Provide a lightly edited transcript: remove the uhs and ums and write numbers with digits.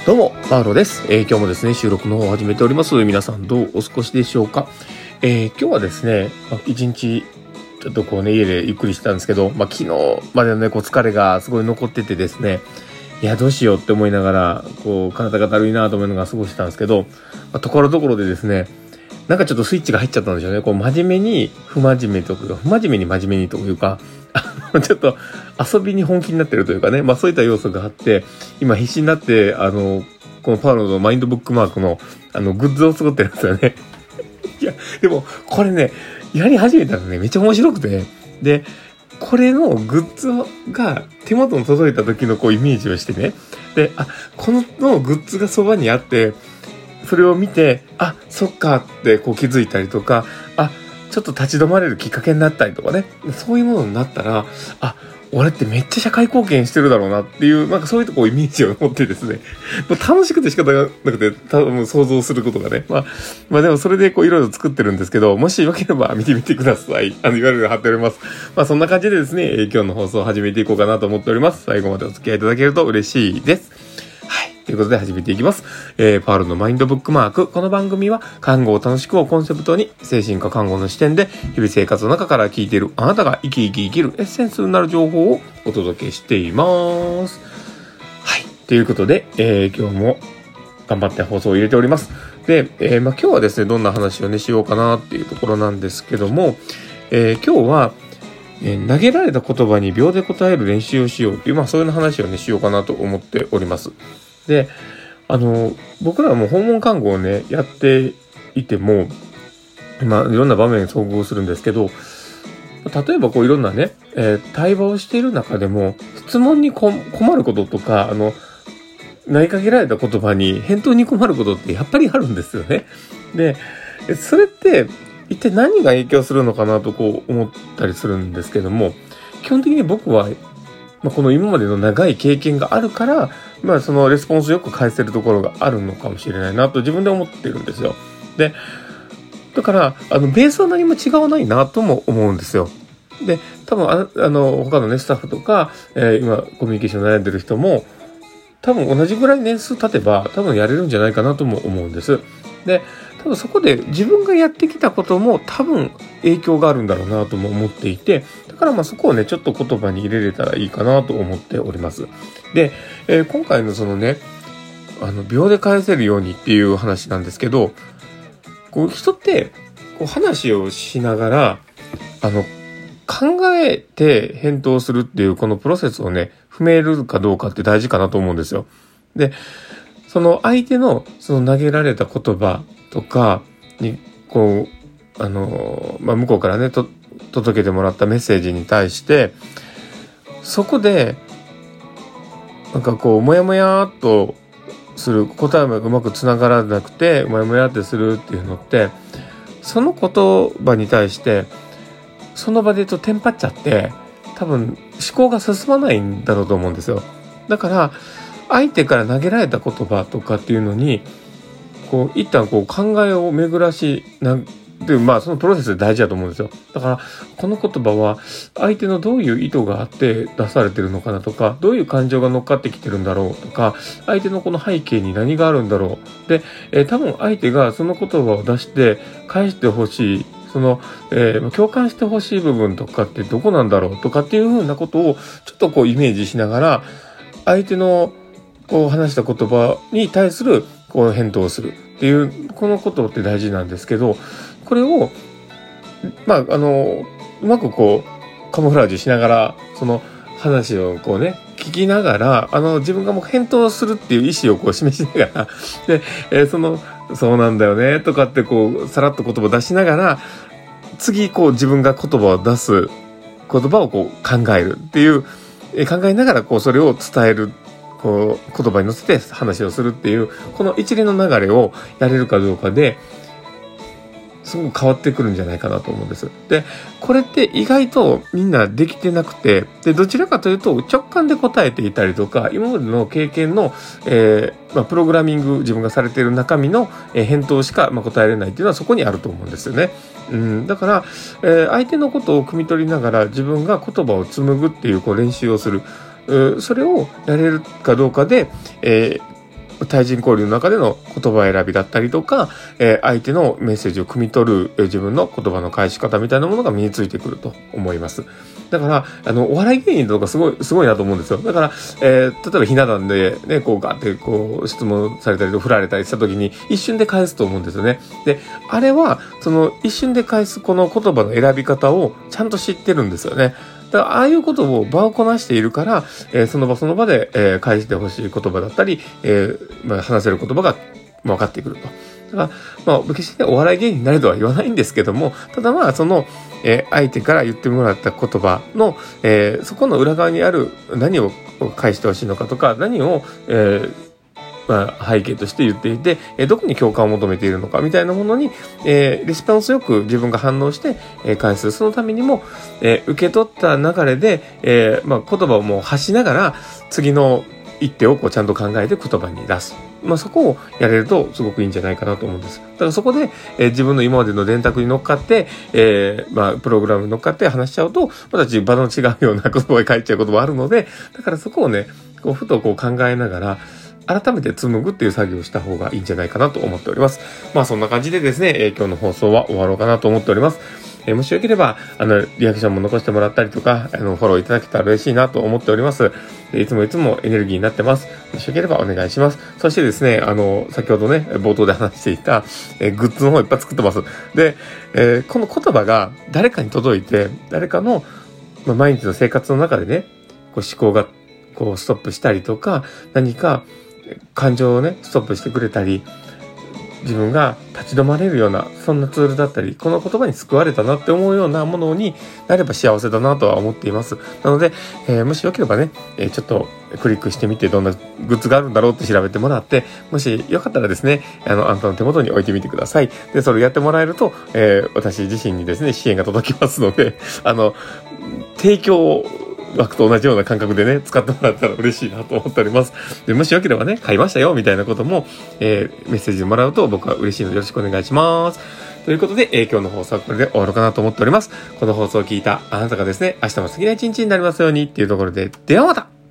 どうも、パウロです。今日もですね、収録の方を始めております。皆さんどうお過ごしでしょうか。今日はですね、一日、ちょっとこうね、家でゆっくりしてたんですけど、昨日までのね、疲れがすごい残っててですね、いや、どうしようって思いながら、体がだるいなと思いながら過ごしてたんですけど、ところどころでですね、なんかちょっとスイッチが入っちゃったんでしょうね。真面目に不真面目というか、不真面目に真面目にというか、ちょっと遊びに本気になってるというかね、そういった要素があって、今必死になって、このパウロのマインドブックマークの、グッズを作ってるんですよね。いや、でも、これね、やり始めたらね、めっちゃ面白くて、で、これのグッズが手元に届いた時のイメージをしてね、で、このグッズがそばにあって、それを見て、そっかって気づいたりとか、ちょっと立ち止まれるきっかけになったりとかね、そういうものになったら、俺ってめっちゃ社会貢献してるだろうなっていう、そういうとイメージを持ってですね、もう楽しくて仕方がなくて、想像することがね、でもそれでいろいろ作ってるんですけど、もしよければ見てみてください。URL 貼っております。そんな感じでですね、今日の放送を始めていこうかなと思っております。最後までお付き合いいただけると嬉しいです。ということで始めていきます。パウロのマインドブックマーク。この番組は看護を楽しくをコンセプトに精神科看護の視点で日々生活の中から聞いているあなたが生き生きるエッセンスになる情報をお届けしています。ということで、今日も頑張って放送を入れております。で、今日はですね、どんな話をね、しようかなっていうところなんですけども、今日は投げられた言葉に秒で答える練習をしようっていう、そういう話をね、しようかなと思っております。で、僕らはもう訪問看護をね、やっていても、いろんな場面に遭遇するんですけど、例えばいろんなね、対話をしている中でも、質問に困ることとか、投げかけられた言葉に返答に困ることってやっぱりあるんですよね。で、それって、一体何が影響するのかなと思ったりするんですけども、基本的に僕は、この今までの長い経験があるから、そのレスポンスをよく返せるところがあるのかもしれないなと自分で思ってるんですよ。で、だから、ベースは何も違わないなとも思うんですよ。で、多分、他のね、スタッフとか、今、コミュニケーション悩んでる人も、多分同じぐらい年数経てば、多分やれるんじゃないかなとも思うんです。で、多分そこで自分がやってきたことも多分影響があるんだろうなとも思っていて、だからそこをね、ちょっと言葉に入れれたらいいかなと思っております。で、今回のそのね、秒で返せるようにっていう話なんですけど、人って話をしながら、考えて返答するっていうこのプロセスをね、踏めるかどうかって大事かなと思うんですよ。で、その相手のその投げられた言葉とかに、向こうからね、届けてもらったメッセージに対して、そこで、もやもやっとする、答えもうまくつながらなくて、もやもやってするっていうのって、その言葉に対して、その場でテンパっちゃって、多分思考が進まないんだろうと思うんですよ。だから、相手から投げられた言葉とかっていうのに、一旦考えを巡らし、そのプロセスで大事だと思うんですよ。だから、この言葉は、相手のどういう意図があって出されてるのかなとか、どういう感情が乗っかってきてるんだろうとか、相手のこの背景に何があるんだろう。で、多分相手がその言葉を出して返してほしい、共感してほしい部分とかってどこなんだろうとかっていうふうなことをちょっとイメージしながら、相手の話した言葉に対する返答をするっていうこのことって大事なんですけど、これをうまくカモフラージュしながらその話を聞きながら自分がもう返答するっていう意思を示しながらで、そうなんだよねとかってさらっと言葉を出しながら、次自分が言葉を出す言葉を考えるっていう考えながらそれを伝える言葉に乗せて話をするっていうこの一連の流れをやれるかどうかですごく変わってくるんじゃないかなと思うんです。で、これって意外とみんなできてなくて、で、どちらかというと直感で答えていたりとか、今までの経験の、プログラミング自分がされている中身の、返答しか、答えれないっていうのはそこにあると思うんですよね。だから、相手のことを汲み取りながら自分が言葉を紡ぐっていう練習をする。それをやれるかどうかで、 対人交流の中での言葉選びだったりとか、相手のメッセージを汲み取る、自分の言葉の返し方みたいなものが身についてくると思います。だから、お笑い芸人とかすごいなと思うんですよ。だから、例えばひな壇でね、こうガーってこう質問されたりと振られたりした時に一瞬で返すと思うんですよね。で、あれは、その一瞬で返すこの言葉の選び方をちゃんと知ってるんですよね。だからああいうことを場をこなしているから、その場で、返してほしい言葉だったり、話せる言葉が分かってくると。だから決してお笑い芸人になれとは言わないんですけども、ただその、相手から言ってもらった言葉の、そこの裏側にある何を返してほしいのかとか、何を、背景として言っていて、どこに共感を求めているのかみたいなものに、リスポンスよく自分が反応して、返す。そのためにも、受け取った流れで、言葉をもう発しながら次の一手をこうちゃんと考えて言葉に出す。そこをやれるとすごくいいんじゃないかなと思うんです。だからそこで、自分の今までの電卓に乗っかって、プログラムに乗っかって話しちゃうと、また場の違うような言葉が返っちゃうこともあるので、だからそこをね、ふと考えながら、改めて紡ぐっていう作業をした方がいいんじゃないかなと思っております。そんな感じでですね、今日の放送は終わろうかなと思っております。もしよければ、リアクションも残してもらったりとか、フォローいただけたら嬉しいなと思っております。いつもエネルギーになってます。もしよければお願いします。そしてですね、先ほどね、冒頭で話していた、グッズの方いっぱい作ってます。で、この言葉が誰かに届いて、誰かの、毎日の生活の中でね、思考がストップしたりとか、何か感情をね、ストップしてくれたり、自分が立ち止まれるような、そんなツールだったり、この言葉に救われたなって思うようなものになれば幸せだなとは思っています。なので、もしよければね、ちょっとクリックしてみてどんなグッズがあるんだろうって調べてもらって、もしよかったらですね、あなたの手元に置いてみてください。で、それをやってもらえると、私自身にですね、支援が届きますので、提供枠と同じような感覚でね、使ってもらったら嬉しいなと思っております。で、もしよければね、買いましたよ、みたいなことも、メッセージでもらうと僕は嬉しいのでよろしくお願いします。ということで、今日の放送はこれで終わろうかなと思っております。この放送を聞いたあなたがですね、明日も素敵な一日になりますようにっていうところで、ではまた。